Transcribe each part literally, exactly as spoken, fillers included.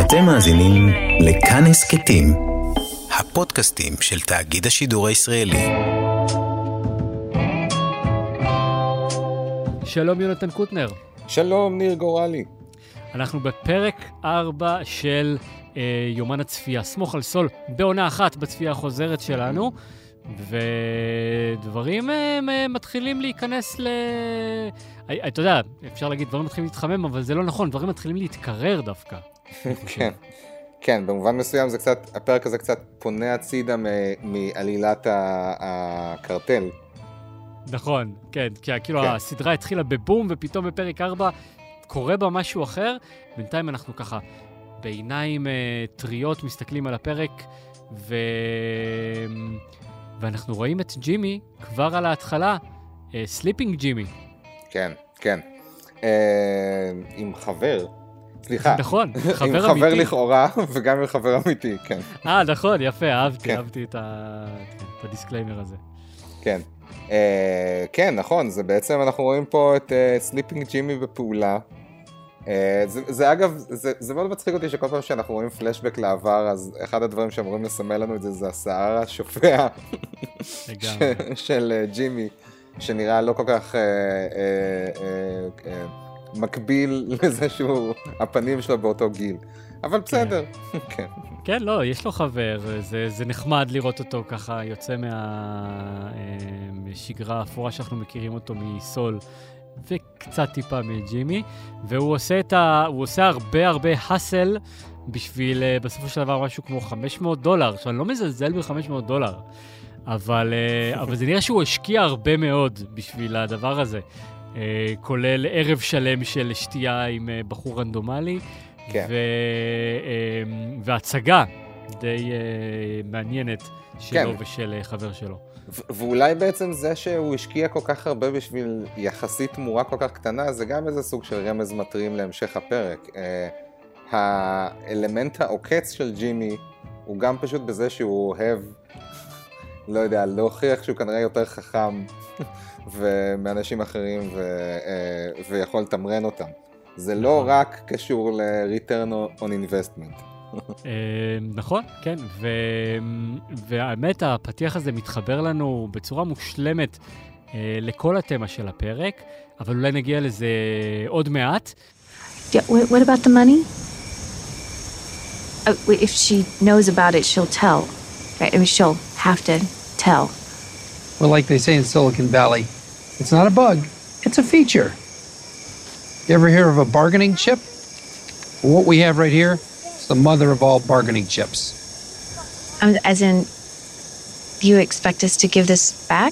אתם מאזינים לכאן הסכתים, הפודקאסטים של תאגיד השידור הישראלי. שלום יונתן קוטנר. שלום ניר גורלי. אנחנו בפרק ארבע של אה, יומן הצפייה, סמוך על סול, בעונה אחת בצפייה החוזרת שלנו, ודברים אה, מתחילים להיכנס ל... אה, אתה יודע, אפשר להגיד דברים מתחילים להתחמם, אבל זה לא נכון, דברים מתחילים להתקרר דווקא. כן, כן, במובן מסוים זה קצת, הפרק הזה קצת פונה הצידה מעלילת הקרטל. נכון, כן, כי כאילו כן. הסדרה התחילה בבום, ופתאום בפרק ארבע קורה בה משהו אחר. בינתיים אנחנו ככה בעיניים uh, טריות מסתכלים על הפרק, ו... ואנחנו רואים את ג'ימי כבר על ההתחלה, סליפינג uh, ג'ימי. כן, כן. Uh, עם חבר. סליחה. נכון, חבר אמיתי. עם חבר לכאורה, וגם עם חבר אמיתי, כן. אה, נכון, יפה, אהבתי, כן. אהבתי את, ה... את הדיסקליימר הזה. כן. Uh, כן, נכון, זה בעצם אנחנו רואים פה את סליפינג uh, ג'ימי בפעולה. Uh, זה, זה אגב, זה, זה מאוד מצחיק אותי שכל פעם שאנחנו רואים פלשבק לעבר, אז אחד הדברים שאמורים לסמל לנו את זה, זה השיער השופע ש, של uh, ג'ימי, שנראה לא כל כך uh, uh, uh, uh, מקביל לזה שהוא, הפנים שלו באותו גיל. אבל בסדר, כן. כן, לא, יש לו חבר, זה, זה נחמד לראות אותו ככה, יוצא מהשגרה האפורה שאנחנו מכירים אותו מסול, וקצת טיפה מג'ימי, והוא עושה את ה... הוא עושה הרבה הרבה הסל, בשביל בסופו של דבר משהו כמו חמש מאות דולר, עכשיו אני לא מזלזל ב-חמש מאות דולר, אבל, אבל זה נראה שהוא השקיע הרבה מאוד בשביל הדבר הזה, כולל ערב שלם של שתייה עם בחור רנדומלי, כן. ו... והצגה די מעניינת שלו כן. ושל חבר שלו. ו- ואולי בעצם זה שהוא השקיע כל כך הרבה בשביל יחסית תמורה כל כך קטנה, זה גם איזה סוג של רמז מטרים להמשך הפרק. Uh, האלמנט העוקץ של ג'ימי הוא גם פשוט בזה שהוא אוהב, לא יודע, להוכיח שהוא כנראה יותר חכם ומאנשים אחרים ו- uh, ויכול לתמרן אותם. זה לא רק קשור ל-return on investment. נכון, כן, והאמת הפתיח הזה מתחבר לנו בצורה מושלמת לכל התמה של הפרק, אבל אולי נגיע לזה עוד מעט. What about the money? If she knows about it, she'll tell. Right? I mean, she'll have to tell. Well, like they say in Silicon Valley, it's not a bug, it's a feature. You ever hear of a bargaining chip? Well, what we have right here is the mother of all bargaining chips. Um, as in, you expect us to give this back?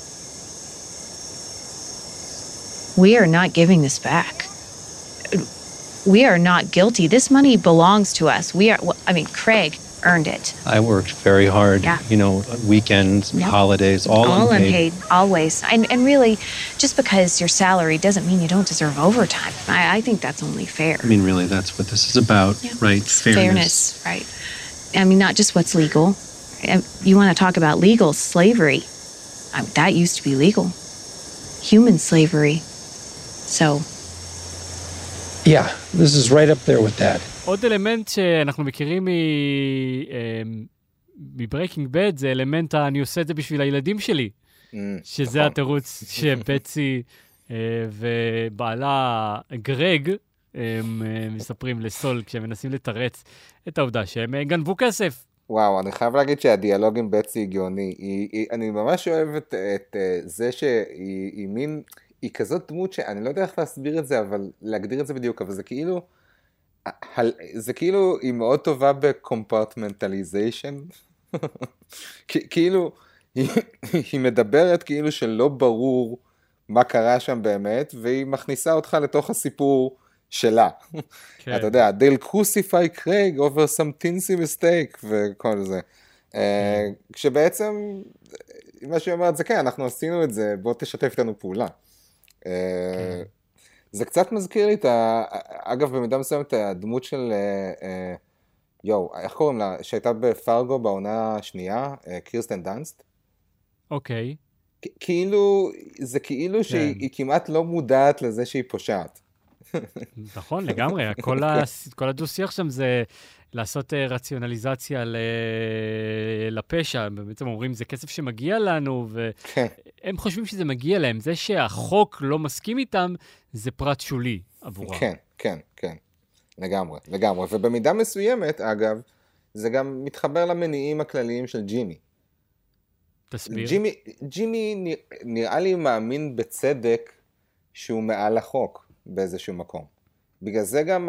We are not giving this back. We are not guilty. This money belongs to us. We are, I mean, Craig earned it. I worked very hard, yeah. you know, weekends, yep. holidays, all, all unpaid. unpaid, always. And, and really, just because your salary doesn't mean you don't deserve overtime. I, I think that's only fair. I mean, really, that's what this is about, yeah. right? Fairness. Fairness, right. I mean, not just what's legal. You want to talk about legal slavery. I mean, that used to be legal. Human slavery. So... Yeah, this is right up there with that. עוד אלמנט שאנחנו מכירים מברייקינג בד, זה אלמנט, אני עושה את זה בשביל הילדים שלי, שזה התירוץ שבצי ובעלה גרג מספרים לסול כשהם מנסים לתרץ את העובדה שהם גנבו כסף. וואו, אני חייב להגיד שהדיאלוג עם בצי הגיוני. אני ממש אוהב את זה שהיא מין... היא כזאת דמות שאני לא יודע איך להסביר את זה, אבל להגדיר את זה בדיוק, אבל זה כאילו, זה כאילו, היא מאוד טובה בקומפרטמנטליזיישן, כאילו, היא, היא מדברת כאילו שלא ברור מה קרה שם באמת, והיא מכניסה אותך לתוך הסיפור שלה. כן. אתה יודע, they'll crucify Craig over some tinsy mistake, וכל זה. כן. כשבעצם, מה שהיא אומרת זה כן, אנחנו עשינו את זה, בוא תשתף איתנו פעולה. זה קצת מזכיר לי את ה... אגב, במידה מסוימת, הדמות של... יו, איך קוראים לה? שהייתה בפארגו בעונה השנייה, קירסטן דאנסט. אוקיי. כאילו, זה כאילו שהיא כמעט לא מודעת לזה שהיא פושעת. נכון, לגמרי. כל הדו-שיח שם זה לעשות רציונליזציה לפשע. בעצם אומרים, זה כסף שמגיע לנו, והם חושבים שזה מגיע להם. זה שהחוק לא מסכים איתם, זה פרט שולי עבורם. כן, כן, כן. לגמרי, לגמרי. ובמידה מסוימת, אגב, זה גם מתחבר למניעים הכלליים של ג'ימי. תסביר. ג'ימי, ג'ימי נראה לי מאמין בצדק שהוא מעל החוק באיזשהו מקום. בגלל זה גם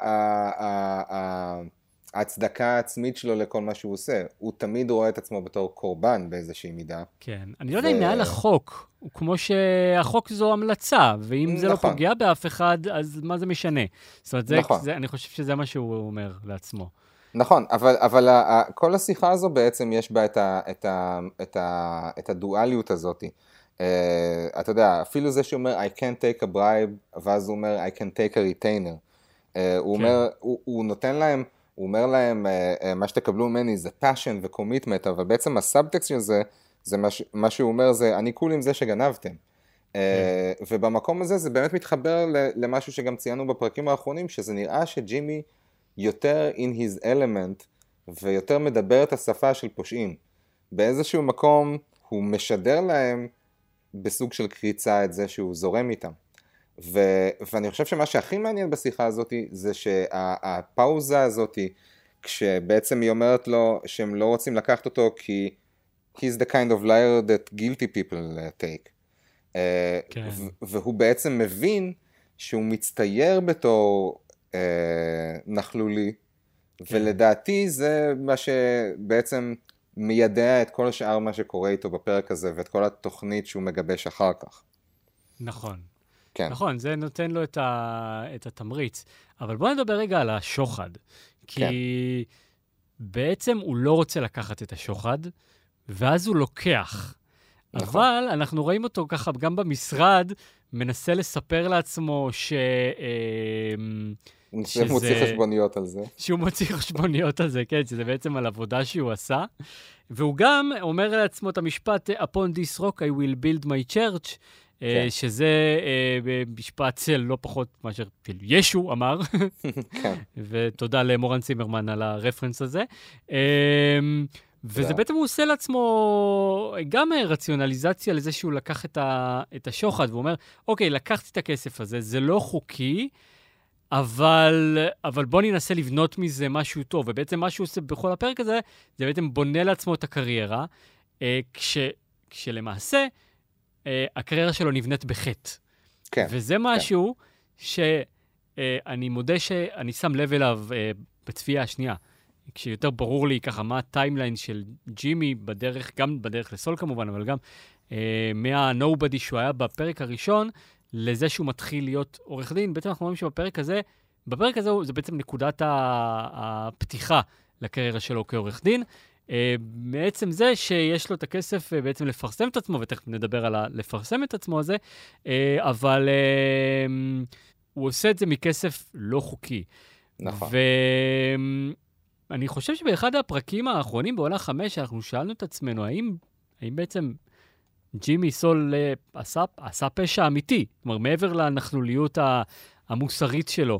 ההצדקה העצמית שלו לכל מה שהוא עושה. הוא תמיד רואה את עצמו בתור קורבן באיזושהי מידה. כן, אני לא יודע אם מעל החוק, הוא כמו שהחוק זו המלצה, ואם זה לא פוגע באף אחד, אז מה זה משנה? זאת אומרת, אני חושב שזה מה שהוא אומר לעצמו. נכון, אבל, אבל כל השיחה הזו בעצם יש בה את, ה, את, ה, את, ה, את הדואליות הזאת. Uh, אתה יודע, אפילו זה שאומר, I can't take a bribe, ואז הוא אומר, I can take a retainer. Uh, הוא, כן. אומר, הוא, הוא נותן להם, הוא אומר להם, uh, uh, מה שתקבלו ממני זה passion ו-commitment, אבל בעצם הסאבטקסט של זה, זה מה, מה שהוא אומר, זה אני קול עם זה שגנבתם. Uh, כן. ובמקום הזה זה באמת מתחבר למשהו שגם ציינו בפרקים האחרונים, שזה נראה שג'ימי יותר in his element, ויותר מדבר את השפה של פושעים. באיזשהו מקום הוא משדר להם בסוג של קריצה את זה שהוא זורם איתם. ו- ואני חושב שמה שהכי מעניין בשיחה הזאת, זה שהפאוזה הזאת, כשבעצם היא אומרת לו שהם לא רוצים לקחת אותו, כי he's the kind of liar that guilty people take. כן. ו- והוא בעצם מבין שהוא מצטייר בתור נחלולי, ולדעתי זה מה שבעצם מיידע את כל השאר מה שקורה איתו בפרק הזה, ואת כל התוכנית שהוא מגבש אחר כך. נכון. כן. נכון, זה נותן לו את, ה... את התמריץ. אבל בוא נדבר רגע על השוחד. כי כן. בעצם הוא לא רוצה לקחת את השוחד, ואז הוא לוקח. נכון. אבל אנחנו רואים אותו ככה גם במשרד, מנסה לספר לעצמו ש... שהוא מוציא חשבוניות על זה. שהוא מוציא חשבוניות על זה, כן, שזה בעצם על עבודה שהוא עשה. והוא גם אומר לעצמו את המשפט, upon this rock I will build my church, כן. שזה משפט של לא פחות מאשר ישו אמר. כן. ותודה למורן צימרמן על הרפרנס הזה. וזה בעצם הוא עושה לעצמו גם רציונליזציה לזה שהוא לקח את, ה, את השוחד, והוא אומר, אוקיי, לקחתי את הכסף הזה, זה לא חוקי, אבל, אבל בוא ננסה לבנות מזה משהו טוב, ובעצם מה שהוא עושה בכל הפרק הזה, זה בעצם בונה לעצמו את הקריירה, אה, כש, כשלמעשה אה, הקריירה שלו נבנית בחטא. כן. וזה משהו כן. שאני מודה שאני שם לב אליו אה, בצפייה השנייה, כשיותר ברור לי ככה מה הטיימליין של ג'ימי בדרך, גם בדרך לסול כמובן, אבל גם אה, מה-nobody שהוא היה בפרק הראשון, לזה שהוא מתחיל להיות עורך דין. בעצם אנחנו רואים שבפרק הזה, בפרק הזה זה בעצם נקודת הפתיחה לקריירה שלו כעורך דין. אה, בעצם זה שיש לו את הכסף בעצם לפרסם את עצמו, ותכף נדבר על לפרסם את עצמו הזה, אה, אבל אה, הוא עושה את זה מכסף לא חוקי. נכון. ו... אני חושב שבאחד הפרקים האחרונים בעונה חמש, אנחנו שאלנו את עצמנו, האם, האם בעצם ג'ימי סול עשה, עשה פשע אמיתי? כלומר, מעבר לנכלוליות המוסרית שלו,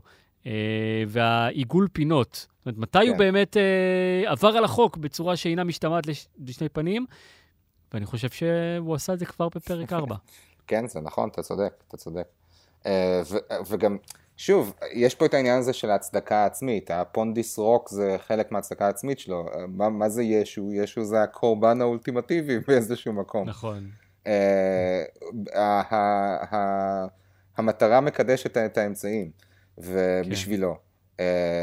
והעיגול פינות. זאת אומרת, מתי כן. הוא באמת עבר על החוק בצורה שאינה משתמעת לש, לשני פנים? ואני חושב שהוא עשה את זה כבר בפרק ארבע. כן, זה נכון, אתה צודק, אתה צודק. ו- וגם... שוב, יש פה את העניין הזה של ההצדקה העצמית, הפונדיס רוק זה חלק מההצדקה העצמית שלו, מה, מה זה ישו? ישו זה הקורבן האולטימטיבי באיזשהו מקום. נכון. Uh, ה- ה- ה- המטרה מקדשת את האמצעים, ובשבילו. Uh,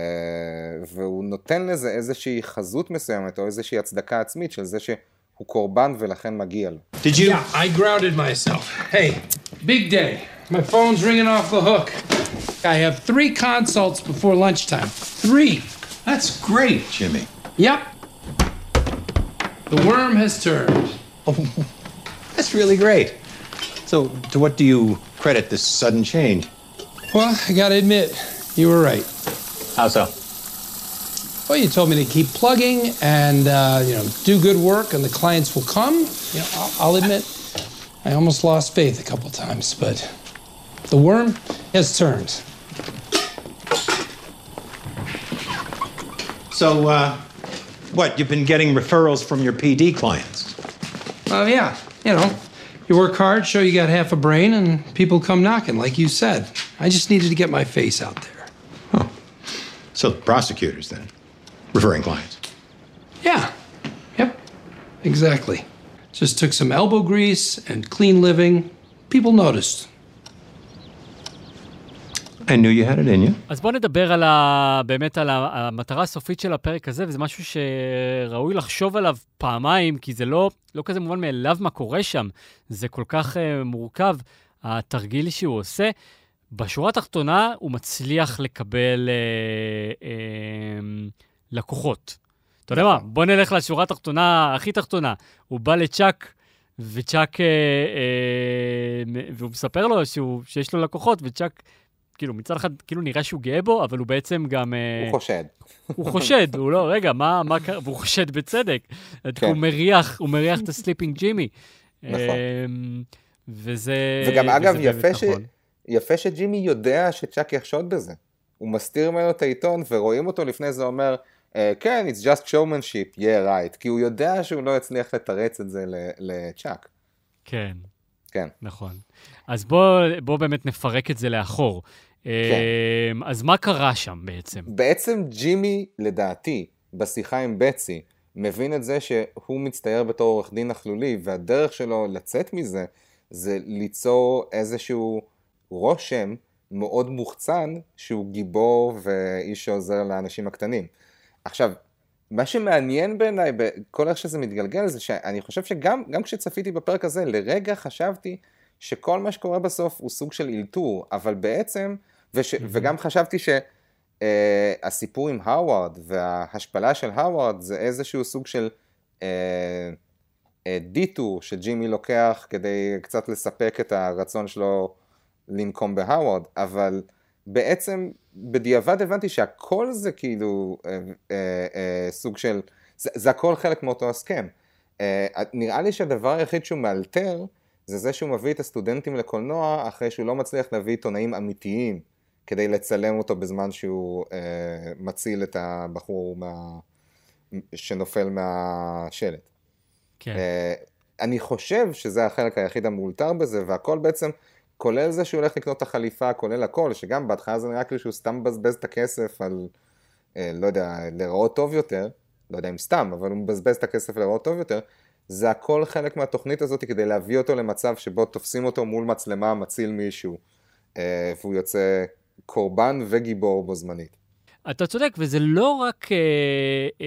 והוא נותן לזה איזושהי חזות מסוימת, או איזושהי הצדקה עצמית של זה שהוא קורבן ולכן מגיע לו. Did you? Yeah, I grounded myself. Hey, big day. My phone's ringing off the hook. I have three consults before lunchtime. Three. That's great, Jimmy. Yep. The worm has turned. Oh, that's really great. So, to what do you credit this sudden change? Well, I gotta admit, you were right. How so? Well, you told me to keep plugging and, uh, you know, do good work and the clients will come. You know, I'll, I'll admit, I almost lost faith a couple times, but the worm has turned. So, uh, what, you've been getting referrals from your P D clients? Oh, yeah. You know, you work hard, show you got half a brain, and people come knocking, like you said. I just needed to get my face out there. Huh. So, prosecutors, then, referring clients? Yeah. Yep. Exactly. Just took some elbow grease and clean living. People noticed. I knew you had it in you. אז בוא נדבר על ה... באמת על המטרה הסופית של הפרק הזה, וזה משהו שראוי לחשוב עליו פעמיים, כי זה לא, לא כזה מובן מאליו מה קורה שם. זה כל כך uh, מורכב, התרגיל שהוא עושה. בשורה התחתונה הוא מצליח לקבל uh, uh, לקוחות. אתה יודע מה? בוא נלך לשורה התחתונה, הכי תחתונה. הוא בא לצ'אק, וצ'אק, אה, אה, והוא מספר לו שהוא, שיש לו לקוחות, וצ'אק, כאילו, מצד אחד, כאילו נראה שהוא גאה בו, אבל הוא בעצם גם... אה, הוא חושד. הוא חושד, הוא לא, רגע, מה, מה קרה? והוא חושד בצדק. כן. הוא מריח, הוא מריח את הסליפינג ג'ימי. נכון. אה, וזה... וגם אגב, וזה יפה, ש... נכון. יפה שג'ימי יודע שצ'אק יחשוד בזה. הוא מסתיר ממנו את העיתון, ורואים אותו לפני זה אומר... Uh, כן, it's just showmanship, yeah, right. כי הוא יודע שהוא לא יצליח לתרץ את זה לצ'אק. כן. כן. נכון. אז בוא, בוא באמת נפרק את זה לאחור. כן. אז מה קרה שם בעצם? בעצם ג'ימי, לדעתי, בשיחה עם בצי, מבין את זה שהוא מצטייר בתור עורך דין נכלולי, והדרך שלו לצאת מזה, זה ליצור איזשהו רושם מאוד מוחצן, שהוא גיבור ואיש שעוזר לאנשים הקטנים. עכשיו, מה שמעניין בעיניי, בכל איך שזה מתגלגל, זה שאני חושב שגם גם כשצפיתי בפרק הזה, לרגע חשבתי שכל מה שקורה בסוף הוא סוג של אילתור, אבל בעצם, וש, mm-hmm. וגם חשבתי שהסיפור uh, עם הווארד, וההשפלה של הווארד, זה איזשהו סוג של uh, uh, דיטור שג'ימי לוקח, כדי קצת לספק את הרצון שלו לנקום בהווארד, אבל... בעצם בדיעבד הבנתי שהכל זה כאילו אה, אה, אה, סוג של, זה, זה הכל חלק מאותו הסכם. אה, נראה לי שהדבר היחיד שהוא מאלתר, זה זה שהוא מביא את הסטודנטים לקולנוע, אחרי שהוא לא מצליח להביא עיתונאים אמיתיים, כדי לצלם אותו בזמן שהוא אה, מציל את הבחור מה, שנופל מהשלט. כן. אה, אני חושב שזה החלק היחיד המאולתר בזה, והכל בעצם... כולל זה שהוא הולך לקנות את החליפה, כולל הכל, שגם בהתחלה זה נראה כאילו שהוא סתם מבזבז את הכסף על, אה, לא יודע, לראות טוב יותר, לא יודע אם סתם, אבל הוא מבזבז את הכסף לראות טוב יותר, זה הכל חלק מהתוכנית הזאת כדי להביא אותו למצב שבו תופסים אותו מול מצלמה, מציל מישהו, אה, והוא יוצא קורבן וגיבור בו זמנית. אתה צודק, וזה לא רק... אה, אה,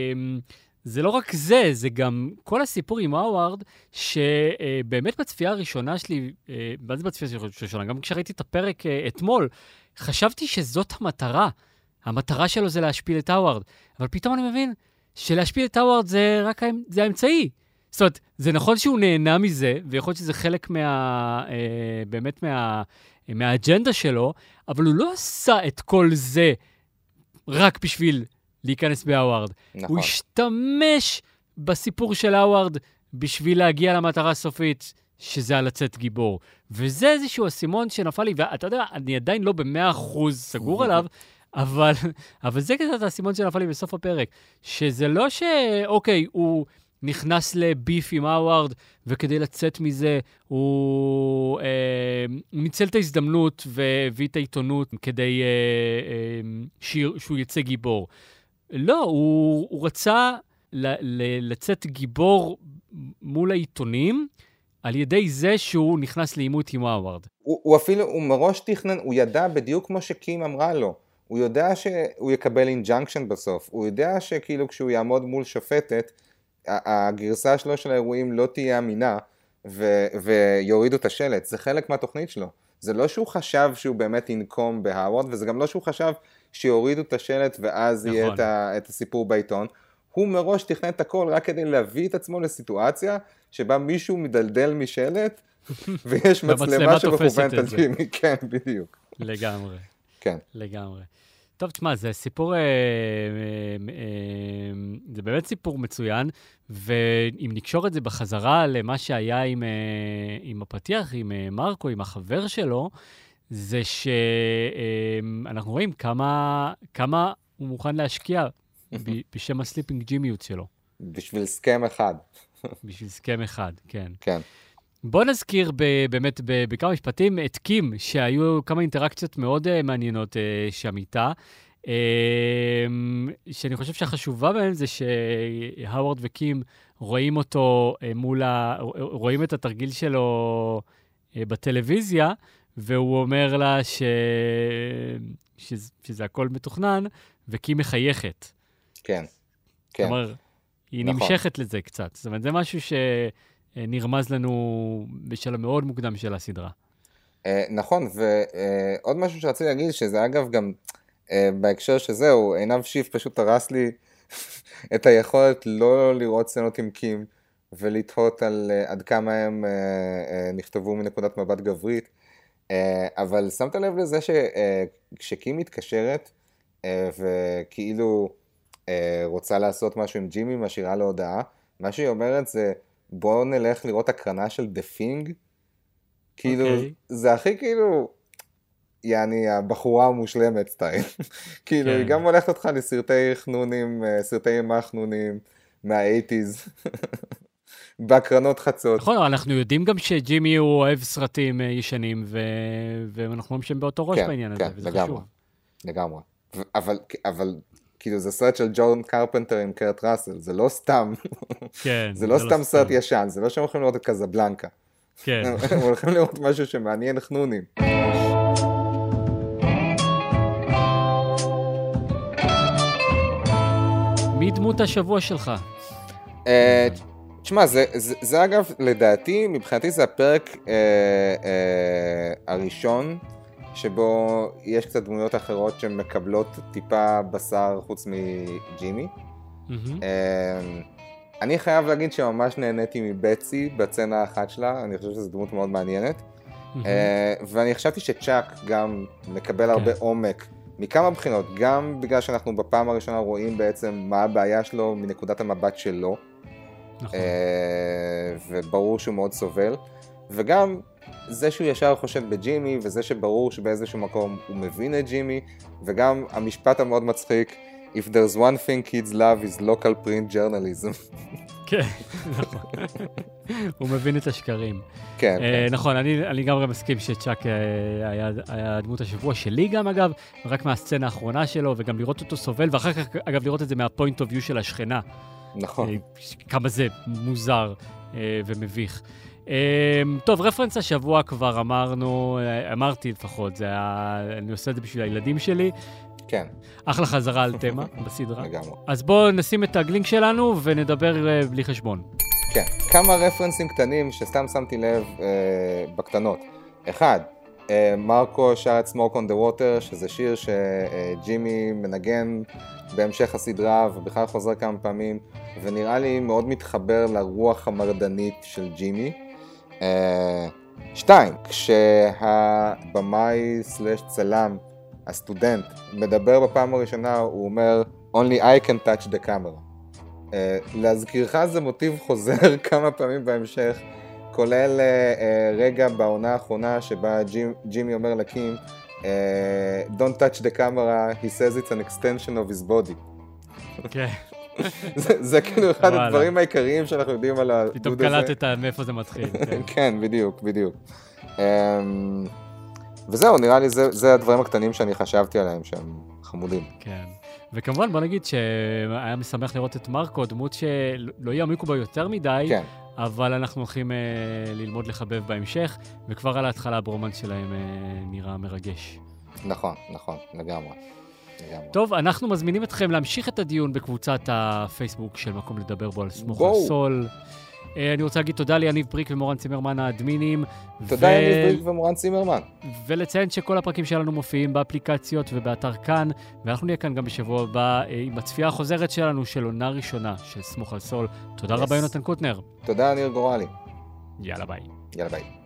זה לא רק זה, זה גם כל הסיפור עם הווארד, שבאמת בצפייה הראשונה שלי, מה זה בצפייה הראשונה? גם כשראיתי את הפרק אתמול, חשבתי שזאת המטרה. המטרה שלו זה להשפיל את הווארד. אבל פתאום אני מבין שלהשפיל את הווארד זה רק זה האמצעי. זאת אומרת, זה נכון שהוא נהנה מזה, ויכול להיות שזה חלק מה, באמת מה, מהאג'נדה שלו, אבל הוא לא עשה את כל זה רק בשביל... להיכנס בהווארד. נכון. הוא השתמש בסיפור של הווארד בשביל להגיע למטרה הסופית, שזה על לצאת גיבור. וזה איזשהו הסימון שנפל לי, ואתה יודע, אני עדיין לא במאה אחוז סגור עליו, אבל, אבל זה קצת הסימון שנפל לי בסוף הפרק, שזה לא שאוקיי, הוא נכנס לביף עם הווארד, וכדי לצאת מזה, הוא, אה, הוא ניצל את ההזדמנות והביא את העיתונות כדי אה, אה, שהוא יצא גיבור. לא, הוא, הוא רצה ל, ל, לצאת גיבור מול העיתונים, על ידי זה שהוא נכנס לאימות עם הווארד. הוא, הוא אפילו, הוא מראש תכנן, הוא ידע בדיוק כמו שקים אמרה לו, הוא יודע שהוא יקבל אינג'נקשן בסוף, הוא יודע שכאילו כשהוא יעמוד מול שופטת, הגרסה שלו של האירועים לא תהיה אמינה, ו, ויורידו את השלט, זה חלק מהתוכנית שלו. זה לא שהוא חשב שהוא באמת ינקום בהווארד, וזה גם לא שהוא חשב שיורידו את השלט ואז נכון. יהיה את, ה, את הסיפור בעיתון. הוא מראש תכנן את הכל רק כדי להביא את עצמו לסיטואציה שבה מישהו מדלדל משלט, ויש מצלמה שמכוונת את ג'ימי. כן, בדיוק. לגמרי. כן. לגמרי. טוב, תשמע, זה סיפור, אה, אה, אה, זה באמת סיפור מצוין, ואם נקשור את זה בחזרה למה שהיה עם, אה, עם הפתיח, עם אה, מרקו, עם החבר שלו, זה שאנחנו רואים כמה, כמה הוא מוכן להשקיע ב- בשם הסליפינג ג'ימיות שלו. בשביל סכם אחד. בשביל סכם אחד, כן. כן. בוא נזכיר ב- באמת ב- בכמה משפטים את קים, שהיו כמה אינטראקציות מאוד uh, מעניינות uh, שם איתה, uh, שאני חושב שהחשובה בהם זה שהווארד וקים רואים אותו uh, מול ה... רואים את התרגיל שלו uh, בטלוויזיה, והוא אומר לה ש... שזה, שזה הכל מתוכנן, וקים מחייכת. כן, כן. כלומר, היא נכון. נמשכת לזה קצת. זאת אומרת, זה משהו שנרמז לנו בשלב מאוד מוקדם של הסדרה. נכון, ועוד משהו שרציתי להגיד, שזה אגב גם בהקשר שזהו, עינב שיף פשוט הרס לי את היכולת לא לראות סצנות עם קים, ולתהות על עד כמה הם נכתבו מנקודת מבט גברית. אבל שמת לב לזה שכשקים מתקשרת, וכאילו רוצה לעשות משהו עם ג'ימי, משאירה לו הודעה, מה שהיא אומרת זה, בוא נלך לראות הקרנה של The Thing, כאילו, okay. זה הכי כאילו, יעני, הבחורה המושלמת סטייל. כאילו, כן. היא גם הולכת אותך לסרטי חנונים, סרטי אימה חנונים, מה-שמונים. בהקרנות חצות. נכון, אנחנו יודעים גם שג'ימי הוא אוהב סרטים ישנים, ו... ואנחנו אומרים שהם באותו ראש כן, בעניין כן, הזה, וזה לגמרי, חשוב. לגמרי. ו- אבל, אבל, כאילו, זה סרט של ג'ון קרפנטר עם קרט ראסל, זה לא סתם, כן, זה לא סתם סרט ישן, זה לא שהם הולכים לראות את קזבלנקה. כן. הם הולכים לראות משהו שמעניין חנונים. מי דמות השבוע שלך? תשמע, זה, זה, זה אגב, לדעתי, מבחינתי זה הפרק אה, אה, הראשון, שבו יש קצת דמויות אחרות שמקבלות טיפה בשר חוץ מג'ימי. Mm-hmm. אה, אני חייב להגיד שממש נהניתי מבצי בצנה האחת שלה, אני חושב שזו דמות מאוד מעניינת. Mm-hmm. אה, ואני חשבתי שצ'אק גם מקבל הרבה okay. עומק, מכמה בחינות, גם בגלל שאנחנו בפעם הראשונה רואים בעצם מה הבעיה שלו מנקודת המבט שלו. נכון. וברור שהוא מאוד סובל, וגם זה שהוא ישר חושד בג'ימי, וזה שברור שבאיזשהו מקום הוא מבין את ג'ימי, וגם המשפט המאוד מצחיק, If there's one thing kids love is local print journalism. כן, נכון. הוא מבין את השקרים. כן. נכון, אני גם מסכים שצ'אק היה דמות השבוע שלי גם אגב, רק מהסצנה האחרונה שלו, וגם לראות אותו סובל, ואחר כך אגב לראות את זה מהפוינט אוף ויו של השכנה. נכון. כמה זה מוזר ומביך. טוב, רפרנס השבוע כבר אמרנו, אמרתי לפחות, זה היה, אני עושה את זה בשביל הילדים שלי. כן. אחלה חזרה על תמה בסדרה. לגמרי. אז בואו נשים את הגלינק שלנו ונדבר בלי חשבון. כן, כמה רפרנסים קטנים שסתם שמתי לב בקטנות. אחד, מרקו שר את Smoke on the Water, שזה שיר שג'ימי מנגן בהמשך הסדרה ובכלל חוזר כמה פעמים, ונראה לי מאוד מתחבר לרוח המרדנית של ג'ימי. שתיים, כשהבמאי סלש צלם, הסטודנט, מדבר בפעם הראשונה, הוא אומר Only I can touch the camera. להזכירך זה מוטיב חוזר כמה פעמים בהמשך, כולל רגע בעונה האחרונה שבה ג'ימי אומר לקים, Don't touch the camera, he says it's an extension of his body. כן. זה כאילו אחד הדברים העיקריים שאנחנו יודעים על הדוד הזה. פתאום קלטת מאיפה זה מתחיל. כן, בדיוק, בדיוק. וזהו, נראה לי זה הדברים הקטנים שאני חשבתי עליהם שהם חמודים. כן. וכמובן בוא נגיד שהיה משמח לראות את מרקו, דמות שלא יעמיקו בה יותר מדי, כן. אבל אנחנו הולכים אה, ללמוד לחבב בהמשך, וכבר על ההתחלה הברומנס שלהם אה, נראה מרגש. נכון, נכון, לגמרי. לגמרי. טוב, אנחנו מזמינים אתכם להמשיך את הדיון בקבוצת הפייסבוק של מקום לדבר בו על סמוך על סול. אה, אני רוצה להגיד תודה ליניב בריק ומורן צימרמן האדמינים. תודה ו... יניב בריק ומורן צימרמן. ולציין שכל הפרקים שלנו מופיעים באפליקציות ובאתר כאן, ואנחנו נהיה כאן גם בשבוע הבא עם הצפייה החוזרת שלנו של עונה ראשונה של סמוך על סול. תודה yes. רבה יונתן קוטנר. תודה ניר גורלי. יאללה ביי. יאללה ביי.